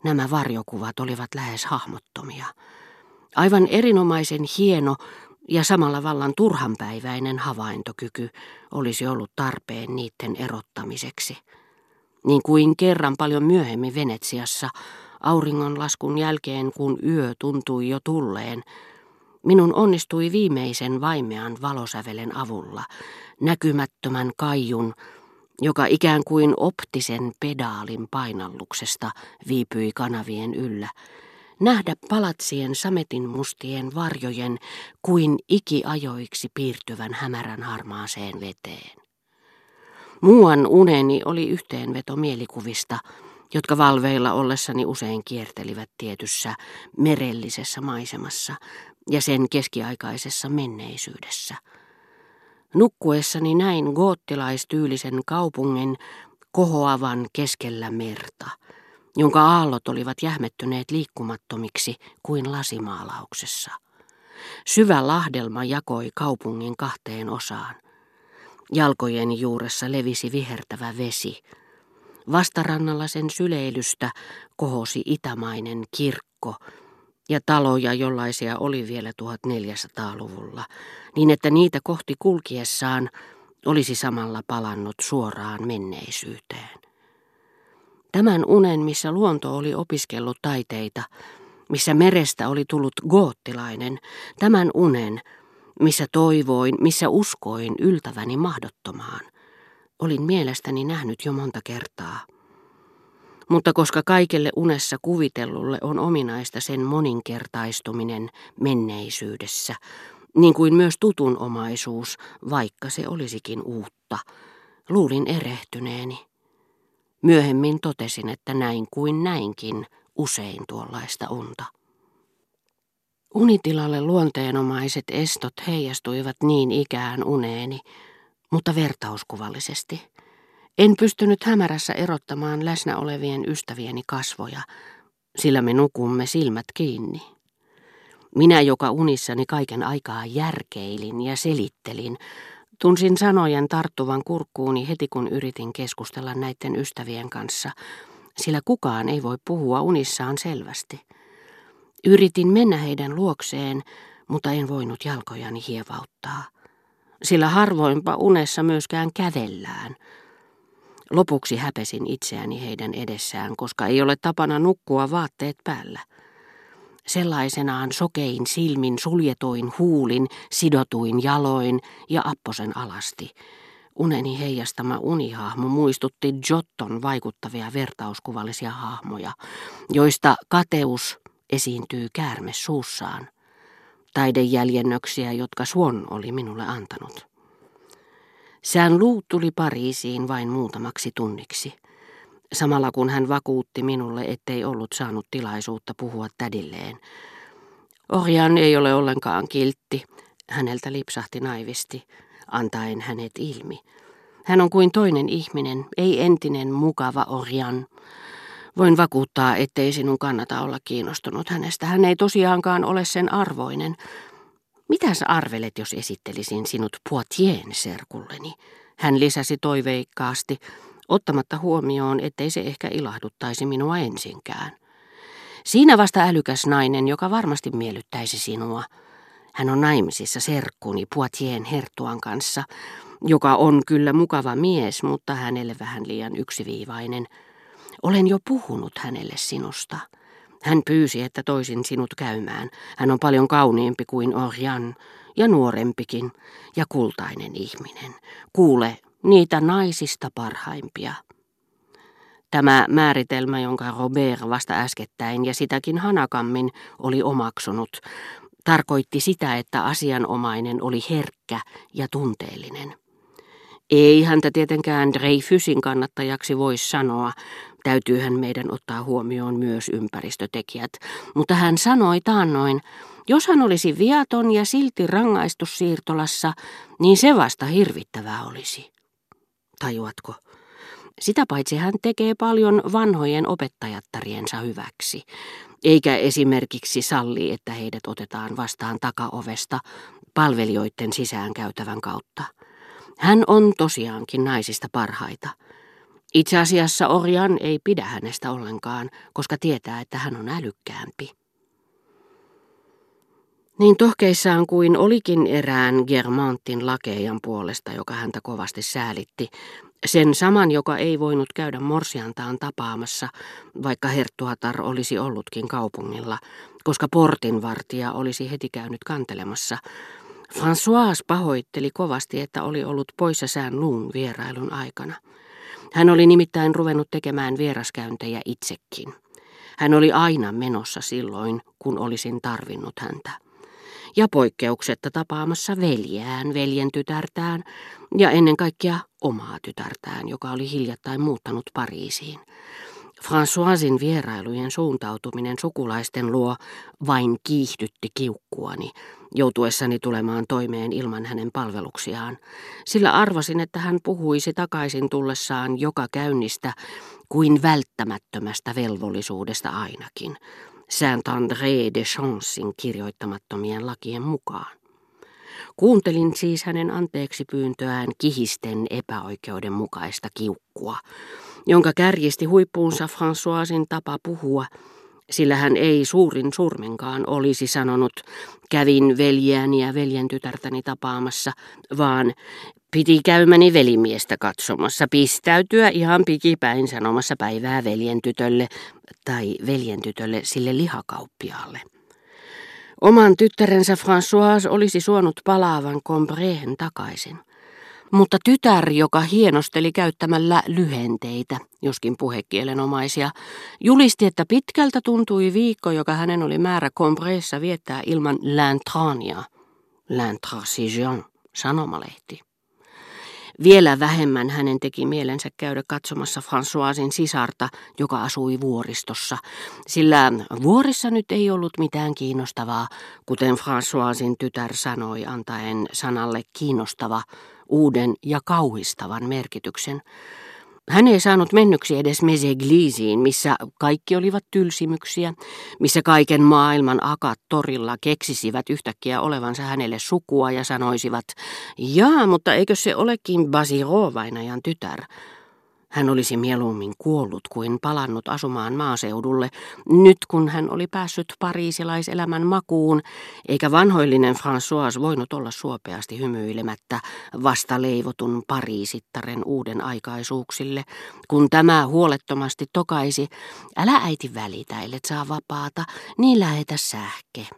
Nämä varjokuvat olivat lähes hahmottomia. Aivan erinomaisen hieno ja samalla vallan turhanpäiväinen havaintokyky olisi ollut tarpeen niiden erottamiseksi. Niin kuin kerran paljon myöhemmin Venetsiassa, auringonlaskun jälkeen kun yö tuntui jo tulleen, minun onnistui viimeisen vaimean valosävelen avulla näkymättömän kaijun, joka ikään kuin optisen pedaalin painalluksesta viipyi kanavien yllä, nähdä palatsien sametin mustien varjojen kuin ikiajoiksi piirtyvän hämärän harmaaseen veteen. Muuan uneni oli yhteenveto mielikuvista, jotka valveilla ollessani usein kiertelivät tietyssä merellisessä maisemassa ja sen keskiaikaisessa menneisyydessä. Nukkuessani näin goottilaistyylisen kaupungin kohoavan keskellä merta, jonka aallot olivat jähmettyneet liikkumattomiksi kuin lasimaalauksessa. Syvä lahdelma jakoi kaupungin kahteen osaan. Jalkojen juuressa levisi vihertävä vesi. Vastarannalla sen syleilystä kohosi itämainen kirkko ja taloja, jollaisia oli vielä 1400-luvulla, niin että niitä kohti kulkiessaan olisi samalla palannut suoraan menneisyyteen. Tämän unen, missä luonto oli opiskellut taiteita, missä merestä oli tullut goottilainen, tämän unen, missä toivoin, missä uskoin yltäväni mahdottomaan, olin mielestäni nähnyt jo monta kertaa. Mutta koska kaikelle unessa kuvitellulle on ominaista sen moninkertaistuminen menneisyydessä, niin kuin myös tutunomaisuus, vaikka se olisikin uutta, luulin erehtyneeni. Myöhemmin totesin, että näin kuin näinkin usein tuollaista unta. Unitilalle luonteenomaiset estot heijastuivat niin ikään uneeni, mutta vertauskuvallisesti. En pystynyt hämärässä erottamaan läsnä olevien ystävieni kasvoja, sillä me nukumme silmät kiinni. Minä, joka unissani kaiken aikaa järkeilin ja selittelin, tunsin sanojen tarttuvan kurkkuuni heti kun yritin keskustella näiden ystävien kanssa, sillä kukaan ei voi puhua unissaan selvästi. Yritin mennä heidän luokseen, mutta en voinut jalkojani hievauttaa, sillä harvoinpa unessa myöskään kävellään. Lopuksi häpesin itseäni heidän edessään, koska ei ole tapana nukkua vaatteet päällä. Sellaisenaan sokein silmin, suljetuin huulin, sidotuin jaloin ja apposen alasti. Uneni heijastama unihahmo muistutti Giotton vaikuttavia vertauskuvallisia hahmoja, joista kateus esiintyy käärme suussaan. Taidejäljennöksiä, jotka Swan oli minulle antanut. Saint-Loup tuli Pariisiin vain muutamaksi tunniksi, samalla kun hän vakuutti minulle, ettei ollut saanut tilaisuutta puhua tädilleen. Orian ei ole ollenkaan kiltti, häneltä lipsahti naivisti, antaen hänet ilmi. Hän on kuin toinen ihminen, ei entinen mukava Orian. Voin vakuuttaa, ettei sinun kannata olla kiinnostunut hänestä. Hän ei tosiaankaan ole sen arvoinen. Mitä sä arvelet, jos esittelisin sinut Poitien serkulleni? Hän lisäsi toiveikkaasti, ottamatta huomioon, ettei se ehkä ilahduttaisi minua ensinkään. Siinä vasta älykäs nainen, joka varmasti miellyttäisi sinua. Hän on naimisissa serkkuni Poitien herttuan kanssa, joka on kyllä mukava mies, mutta hänelle vähän liian yksiviivainen. Olen jo puhunut hänelle sinusta. Hän pyysi, että toisin sinut käymään. Hän on paljon kauniimpi kuin Orian ja nuorempikin ja kultainen ihminen. Kuule, niitä naisista parhaimpia. Tämä määritelmä, jonka Robert vasta äskettäin ja sitäkin hanakammin oli omaksunut, tarkoitti sitä, että asianomainen oli herkkä ja tunteellinen. Ei häntä tietenkään Dreyfusin kannattajaksi voi sanoa, täytyyhän meidän ottaa huomioon myös ympäristötekijät, mutta hän sanoi taannoin, jos hän olisi viaton ja silti rangaistussiirtolassa, niin se vasta hirvittävää olisi. Tajuatko? Sitä paitsi hän tekee paljon vanhojen opettajattariensa hyväksi, eikä esimerkiksi salli, että heidät otetaan vastaan takaovesta palvelijoiden sisäänkäytävän kautta. Hän on tosiaankin naisista parhaita. Itse asiassa Orian ei pidä hänestä ollenkaan, koska tietää, että hän on älykkäämpi. Niin tohkeissaan kuin olikin erään Guermantin lakeijan puolesta, joka häntä kovasti säälitti, sen saman, joka ei voinut käydä morsiantaan tapaamassa, vaikka herttuatar olisi ollutkin kaupungilla, koska portinvartija olisi heti käynyt kantelemassa. François pahoitteli kovasti, että oli ollut poissa Saint-Loun vierailun aikana. Hän oli nimittäin ruvennut tekemään vieraskäyntejä itsekin. Hän oli aina menossa silloin, kun olisin tarvinnut häntä. Ja poikkeuksetta tapaamassa veljään, veljen tytärtään ja ennen kaikkea omaa tytärtään, joka oli hiljattain muuttanut Pariisiin. Françoisin vierailujen suuntautuminen sukulaisten luo vain kiihdytti kiukkuani, joutuessani tulemaan toimeen ilman hänen palveluksiaan, sillä arvasin, että hän puhuisi takaisin tullessaan joka käynnistä kuin välttämättömästä velvollisuudesta ainakin, Saint-André de Chancin kirjoittamattomien lakien mukaan. Kuuntelin siis hänen anteeksi pyyntöään kihisten epäoikeudenmukaista kiukkua, jonka kärjisti huippuunsa Françoisin tapa puhua, sillä hän ei suurin surminkaan olisi sanonut, kävin veljääni ja veljen tytärtäni tapaamassa, vaan piti käymäni velimiestä katsomassa, pistäytyä ihan pikipäin sanomassa päivää veljen tytölle tai veljen tytölle sille lihakauppiaalle. Oman tyttärensä François olisi suonut palaavan Combreen takaisin. Mutta tytär, joka hienosteli käyttämällä lyhenteitä, joskin puhekielenomaisia, julisti, että pitkältä tuntui viikko, joka hänen oli määrä Combreessa viettää ilman l'Intrania, l'Intransigeant, sanomalehti. Vielä vähemmän hänen teki mielensä käydä katsomassa Françoisin sisarta, joka asui vuoristossa, sillä vuorissa nyt ei ollut mitään kiinnostavaa, kuten Françoisin tytär sanoi antaen sanalle kiinnostava, uuden ja kauhistavan merkityksen. Hän ei saanut mennyksi edes Méséglisiin, missä kaikki olivat tylsimyksiä, missä kaiken maailman akat torilla keksisivät yhtäkkiä olevansa hänelle sukua ja sanoisivat, jaa, mutta eikö se olekin Basirot-vainajan tytär? Hän olisi mieluummin kuollut kuin palannut asumaan maaseudulle, nyt kun hän oli päässyt pariisilaiselämän makuun, eikä vanhoillinen François voinut olla suopeasti hymyilemättä vasta leivotun pariisittaren uuden aikaisuuksille, kun tämä huolettomasti tokaisi, älä äiti välitä, ellet saa vapaata, niin lähetä sähke.